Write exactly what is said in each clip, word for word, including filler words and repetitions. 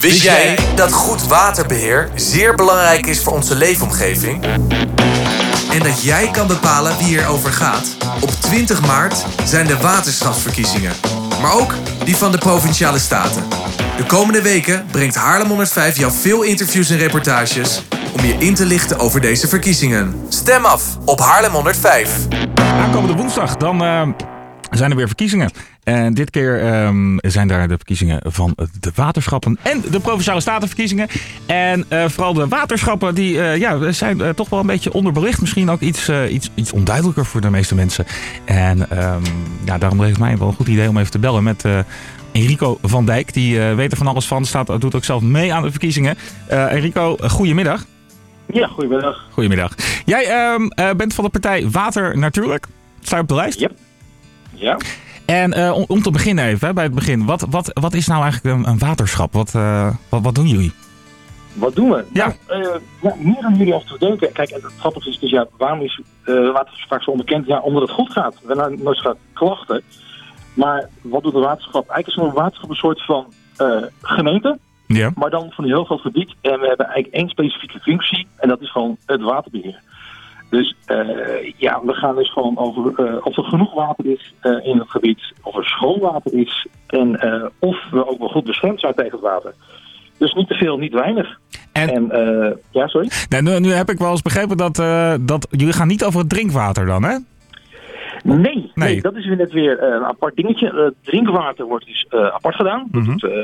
Wist jij dat goed waterbeheer zeer belangrijk is voor onze leefomgeving? En dat jij kan bepalen wie erover gaat? Op twintig maart zijn de waterschapsverkiezingen. Maar ook die van de Provinciale Staten. De komende weken brengt Haarlem honderdvijf jou veel interviews en reportages om je in te lichten over deze verkiezingen. Stem af op Haarlem honderdvijf. Aankomende woensdag, dan uh, zijn er weer verkiezingen. En dit keer um, zijn daar de verkiezingen van de waterschappen en de Provinciale Statenverkiezingen. En uh, vooral de waterschappen die uh, ja, zijn uh, toch wel een beetje onderbelicht. Misschien ook iets, uh, iets, iets onduidelijker voor de meeste mensen. En um, ja, daarom leek het mij wel een goed idee om even te bellen met uh, Enrico van Dijk. Die uh, weet er van alles van, staat, doet ook zelf mee aan de verkiezingen. Uh, Enrico, uh, goedemiddag. Ja, goedemiddag. Goedemiddag. Jij um, uh, bent van de partij Water Natuurlijk. Sta je op de lijst? Ja. Ja. En uh, om, om te beginnen even, hè, bij het begin. Wat, wat, wat is nou eigenlijk een, een waterschap? Wat, uh, wat, wat doen jullie? Wat doen we? Ja. Nou, uh, ja, meer dan jullie af en toe denken. Kijk, het grappige is dus, ja, waarom is uh, waterschap vaak zo onbekend? Ja, omdat het goed gaat. We hebben nooit gehad klachten. Maar wat doet een waterschap? Eigenlijk is een waterschap een soort van uh, gemeente. Ja. Maar dan van een heel groot gebied. En we hebben eigenlijk één specifieke functie. En dat is gewoon het waterbeheer. Dus uh, ja, we gaan dus gewoon over uh, of er genoeg water is uh, in het gebied, of er schoon water is en uh, of we ook wel goed beschermd zijn tegen het water. Dus niet te veel, niet weinig. En, en uh, ja, sorry? Nou, nu, nu heb ik wel eens begrepen dat, uh, dat jullie gaan niet over het drinkwater dan, hè? Nee, nee. nee dat is weer net weer uh, een apart dingetje. Uh, drinkwater wordt dus uh, apart gedaan. Mm-hmm. Dat, uh,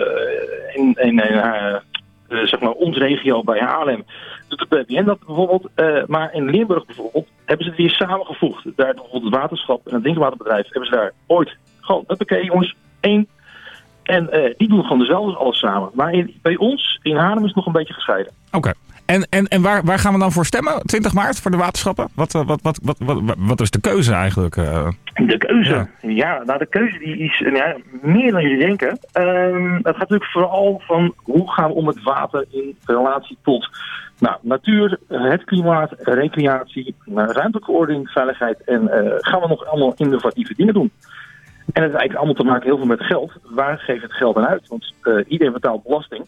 in in uh, uh, zeg maar onze regio bij Haarlem doet de P B N dat bijvoorbeeld. Uh, maar in Limburg bijvoorbeeld hebben ze het weer samengevoegd. Daar bijvoorbeeld het waterschap en het drinkwaterbedrijf hebben ze daar ooit gewoon, oké jongens, één. En uh, die doen gewoon dezelfde alles samen. Maar in, bij ons in Haarlem is het nog een beetje gescheiden. Oké. Okay. En, en, en waar, waar gaan we dan voor stemmen? twintig maart voor de waterschappen? Wat, wat, wat, wat, wat, wat is de keuze eigenlijk? Uh... De keuze? Ja. ja, nou de keuze die is ja, meer dan jullie denken. Um, het gaat natuurlijk vooral van hoe gaan we om met water in relatie tot nou, natuur, het klimaat, recreatie, ruimtelijke ordening, veiligheid. En uh, gaan we nog allemaal innovatieve dingen doen. En het is eigenlijk allemaal te maken heel veel met geld. Waar geef je het geld aan uit? Want uh, iedereen betaalt belasting.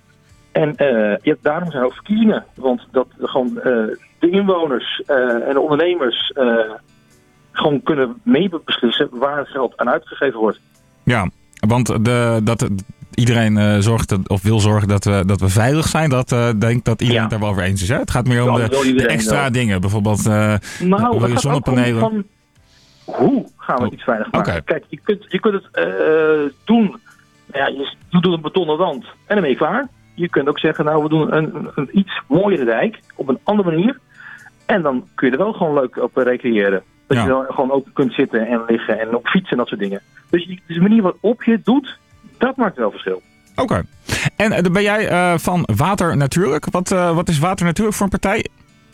En uh, ja, daarom zijn er ook verkiezingen. Want dat gewoon uh, de inwoners uh, en de ondernemers uh, gewoon kunnen meebeslissen waar het geld aan uitgegeven wordt. Ja, want de, dat iedereen uh, zorgt of wil zorgen dat we, dat we veilig zijn. Dat uh, denk dat iedereen ja. het daar wel over eens is. Hè? Het gaat meer om de, de extra wel. dingen. Bijvoorbeeld uh, nou, wil je zonnepanelen. Van, hoe gaan we oh. iets veilig maken? Okay. Kijk, je kunt, je kunt het uh, doen. Ja, je doet een betonnen wand en dan ben je klaar. Je kunt ook zeggen, nou we doen een, een, een iets mooiere dijk op een andere manier. En dan kun je er wel gewoon leuk op recreëren. Dat ja. je er gewoon ook kunt zitten en liggen en op fietsen en dat soort dingen. Dus, je, dus de manier waarop je het doet, dat maakt wel verschil. Oké. Okay. En uh, ben jij uh, van Water Natuurlijk? Wat, uh, wat is Water Natuurlijk voor een partij?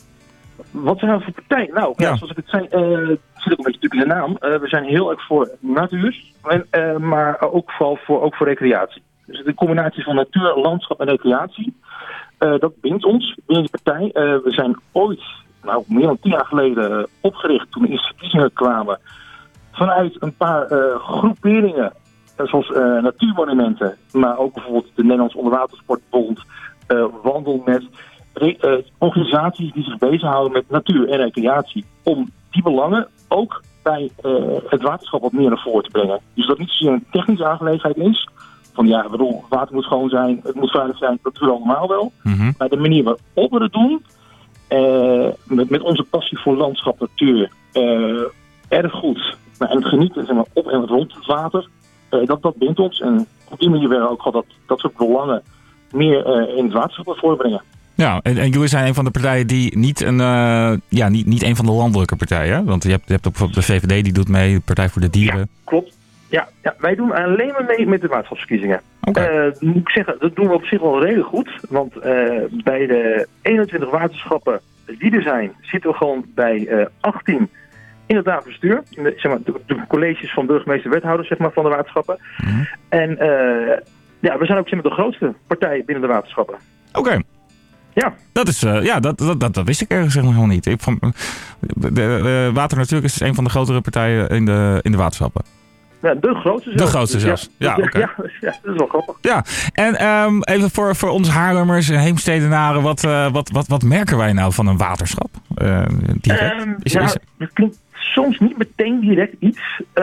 Wat zijn we voor partij? Nou, ja. Ja, zoals ik het zei, uh, zit ook een beetje natuurlijk in de naam. Uh, we zijn heel erg voor natuur, en, uh, maar ook vooral voor, ook voor recreatie. Dus de combinatie van natuur, landschap en recreatie, uh, dat bindt ons binnen de partij. Uh, we zijn ooit, nou meer dan tien jaar geleden, opgericht toen de eerste verkiezingen kwamen. Vanuit een paar uh, groeperingen, uh, zoals uh, natuurmonumenten, maar ook bijvoorbeeld de Nederlandse Onderwatersportbond, uh, Wandel met re- uh, organisaties die zich bezighouden met natuur en recreatie. Om die belangen ook bij uh, het waterschap wat meer naar voren te brengen. Dus dat niet zozeer een technische aangelegenheid is. Van ja, ik bedoel, water moet schoon zijn, het moet veilig zijn, dat doen we allemaal wel. Mm-hmm. Maar de manier waarop we het doen, uh, met, met onze passie voor landschap, natuur, uh, erg goed. Nou, en het genieten zeg maar, op en rond het water, uh, dat, dat bindt ons. En op die manier willen we ook dat, dat soort belangen meer uh, in het waterschap naar voren brengen. Ja, en, en jullie zijn een van de partijen die niet een, uh, ja, niet, niet een van de landelijke partijen, hè? Want je hebt, je hebt ook bijvoorbeeld de V V D die doet mee, de Partij voor de Dieren. Ja, klopt. Ja, ja, wij doen alleen maar mee met de waterschapsverkiezingen. Okay. Uh, moet ik zeggen, dat doen we op zich wel redelijk goed. Want uh, bij de eenentwintig waterschappen die er zijn, zitten we gewoon bij uh, achttien in het raadbestuur. De, zeg maar, de, de colleges van burgemeester wethouders zeg maar, van de waterschappen. Mm-hmm. En uh, ja, we zijn ook zeg maar, de grootste partij binnen de waterschappen. Oké. Okay. Ja. Dat is, uh, ja, dat, dat, dat, dat wist ik ergens helemaal niet. Ik, van, de, de, uh, Water Natuurlijk is een van de grotere partijen in de, in de waterschappen. Ja, de grootste zelfs. De grootste Dus zelfs. Ja, ja, okay. ja, ja, dat is wel grappig. Ja, en um, even voor, voor ons Haarlemmers en Heemstedenaren, wat, uh, wat, wat, wat merken wij nou van een waterschap? Uh, direct? Um, is, nou, is... Het klinkt soms niet meteen direct iets, uh,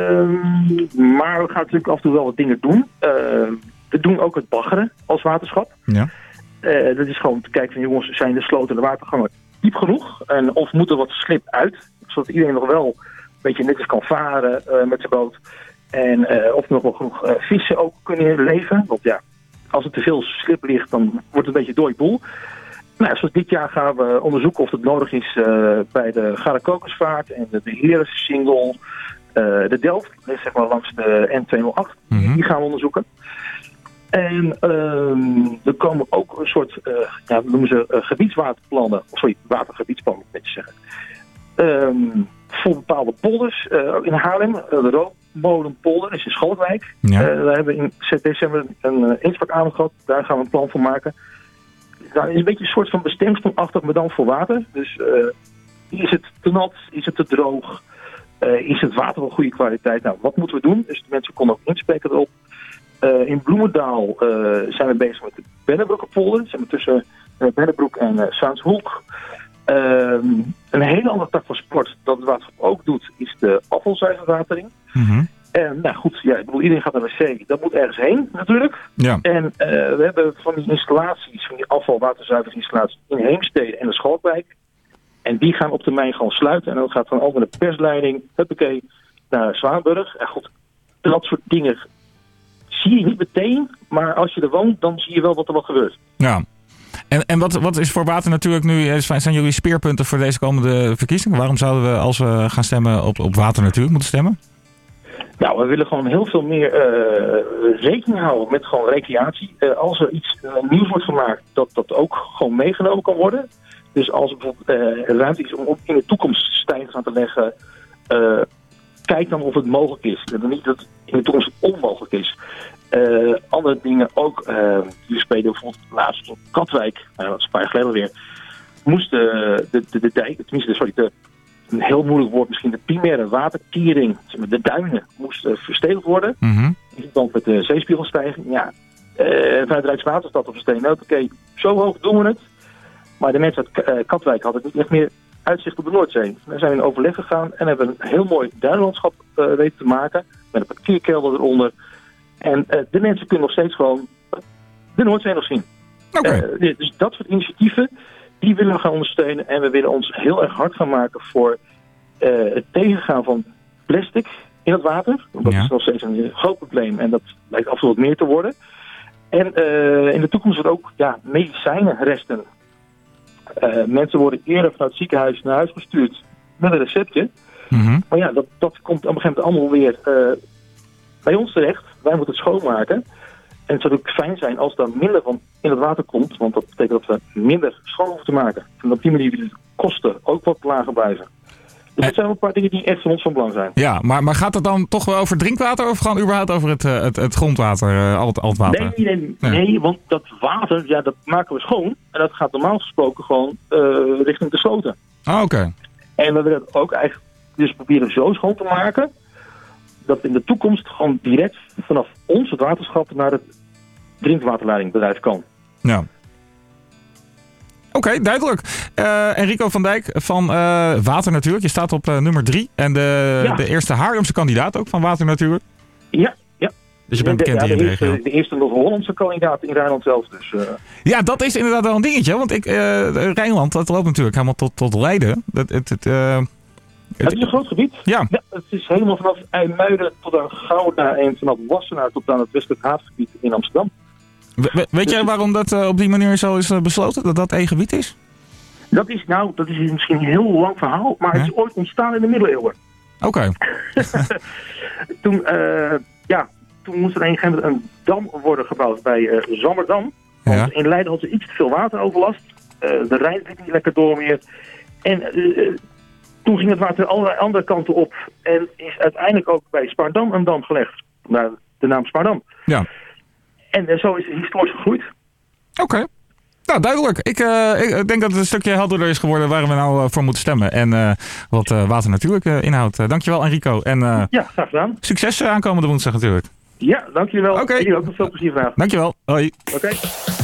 maar we gaan natuurlijk af en toe wel wat dingen doen. Uh, we doen ook het baggeren als waterschap. Ja. Uh, dat is gewoon te kijken van jongens, zijn de sloten en de watergangen diep genoeg? En of moet er wat slip uit, zodat iedereen nog wel een beetje netjes kan varen uh, met zijn boot. En uh, of er nog wel genoeg uh, vissen ook kunnen leven. Want ja, als er te veel slip ligt, dan wordt het een beetje een dode boel. Nou, zoals dit jaar gaan we onderzoeken of het nodig is uh, bij de Gare-Kokosvaart en de, de Heres-Singel, uh, de Delft, zeg maar langs de N tweehonderdacht. Mm-hmm. Die gaan we onderzoeken. En um, er komen ook een soort, uh, ja, we noemen ze uh, gebiedswaterplannen, of sorry, watergebiedsplannen moet ik netjes zeggen. Um, voor bepaalde polders uh, in Haarlem, uh, de Roodmolenpolder is in Schalkwijk. Ja. Uh, daar hebben we in december een uh, inspraak aan gehad, daar gaan we een plan voor maken. Nou, het is een beetje een soort van bestemmingsplanachtig, maar dan voor water. Dus uh, is het te nat, is het te droog, uh, is het water van goede kwaliteit? Nou, wat moeten we doen? Dus de mensen konden ook inspreken erop. Uh, in Bloemendaal uh, zijn we bezig met de Bennebroekenpolder. Zijn we tussen uh, Bennebroek en uh, Zaansthoek. Uh, een hele andere tak van sport dat het waterschap ook doet, is de afvalzuiverwatering. Mm-hmm. En nou goed, ja, ik bedoel, iedereen gaat naar de wc. Dat moet ergens heen natuurlijk. Ja. En uh, we hebben van die installaties, van die afvalwaterzuiveringsinstallaties in Heemstede en de Schalkwijk. En die gaan op termijn gewoon sluiten. En dan gaat dan over de persleiding, huppakee, naar Zwaanburg. En goed, dat soort dingen zie je niet meteen. Maar als je er woont, dan zie je wel wat er wat gebeurt. Ja. En, en wat, wat is voor water natuurlijk nu, zijn jullie speerpunten voor deze komende verkiezingen? Waarom zouden we, als we gaan stemmen, op, op water natuurlijk moeten stemmen? Nou, we willen gewoon heel veel meer uh, rekening houden met gewoon recreatie. Uh, als er iets uh, nieuws wordt gemaakt, dat dat ook gewoon meegenomen kan worden. Dus als er bijvoorbeeld uh, ruimte is om in de toekomst stijgers aan te leggen, uh, kijk dan of het mogelijk is. En niet dat het in de toekomst onmogelijk is. Uh, andere dingen ook, uh, die spelen bijvoorbeeld laatst in Katwijk, uh, dat is een paar jaar geleden weer, moest de, de, de, de dijk, tenminste de, sorry, de, een heel moeilijk woord misschien, de primaire waterkering, zeg maar, de duinen, moest uh, verstevigd worden. Mm-hmm. In verband met de zeespiegelstijging. Ja, uh, vanuit Rijkswaterstaat op Steen, oké, okay, zo hoog doen we het. Maar de mensen uit uh, Katwijk hadden niet echt meer uitzicht op de Noordzee. Daar zijn we in overleg gegaan en hebben een heel mooi duinlandschap uh, weten te maken, met een parkeerkelder eronder. En uh, de mensen kunnen nog steeds gewoon de Noordzee nog zien. Okay. Uh, dus dat soort initiatieven, die willen we gaan ondersteunen. En we willen ons heel erg hard gaan maken voor uh, het tegengaan van plastic in het water. Want dat ja. is nog steeds een groot probleem en dat lijkt af en toe wat meer te worden. En uh, in de toekomst wordt ook ja, medicijnenresten. Uh, mensen worden eerder vanuit het ziekenhuis naar huis gestuurd met een receptje. Mm-hmm. Maar ja, dat, dat komt op een gegeven moment allemaal weer uh, bij ons terecht. Wij moeten het schoonmaken. En het zou ook fijn zijn als er minder van in het water komt. Want dat betekent dat we minder schoon hoeven te maken. En op die manier willen de kosten ook wat lager blijven. Dus dat zijn wel een paar dingen die echt voor ons van belang zijn. Ja, maar, maar gaat het dan toch wel over drinkwater of gewoon überhaupt over het, het, het grondwater, uh, al, het, al het water? Nee, nee, nee, nee, want dat water, ja, dat maken we schoon. En dat gaat normaal gesproken gewoon uh, richting de sloten. Ah, oké. Okay. En we willen het ook eigenlijk dus proberen zo schoon te maken dat in de toekomst gewoon direct vanaf ons, het waterschap, naar het drinkwaterleidingbedrijf kan. Ja. Oké, okay, duidelijk. Uh, Enrico van Dijk van uh, Water Natuurlijk. Je staat op uh, nummer drie. En de, ja. de eerste Haarlemse kandidaat ook van Water Natuurlijk. Ja, ja. Dus je bent bekend ja, de, in de eerste, regio. De eerste Noord-Hollandse kandidaat in Rijnland zelf. Dus, uh... Ja, dat is inderdaad wel een dingetje. Want ik, uh, Rijnland, dat loopt natuurlijk helemaal tot, tot Leiden. Dat, het, het, uh, het, het is een groot gebied. Ja. ja. Het is helemaal vanaf IJmuiden tot aan Gouda en vanaf Wassenaar tot aan het westelijk havengebied in Amsterdam. We, we, weet jij waarom dat uh, op die manier zo is uh, besloten? Dat dat één gebied is? Dat is, nou, dat is misschien een heel lang verhaal, maar ja. het is ooit ontstaan in de middeleeuwen. Oké. Okay. toen, uh, ja, toen moest er een gegeven moment een dam worden gebouwd bij uh, Zammerdam. Want ja. in Leiden had ze iets te veel wateroverlast. Uh, de Rijn liep niet lekker door meer. En uh, toen ging het water allerlei andere kanten op. En is uiteindelijk ook bij Spaardam een dam gelegd. Naar de naam Spaardam. Ja. En uh, zo is het historisch gegroeid. Oké. Okay. Nou, duidelijk. Ik, uh, ik denk dat het een stukje helderder is geworden waar we nou uh, voor moeten stemmen. En uh, wat uh, water natuurlijk uh, inhoudt. Uh, dankjewel Enrico. En uh, ja, graag gedaan. Succes uh, aankomende woensdag natuurlijk. Ja, dankjewel. Oké. En jullie ook nog veel plezier vanavond. Dankjewel. Hoi. Oké. Okay.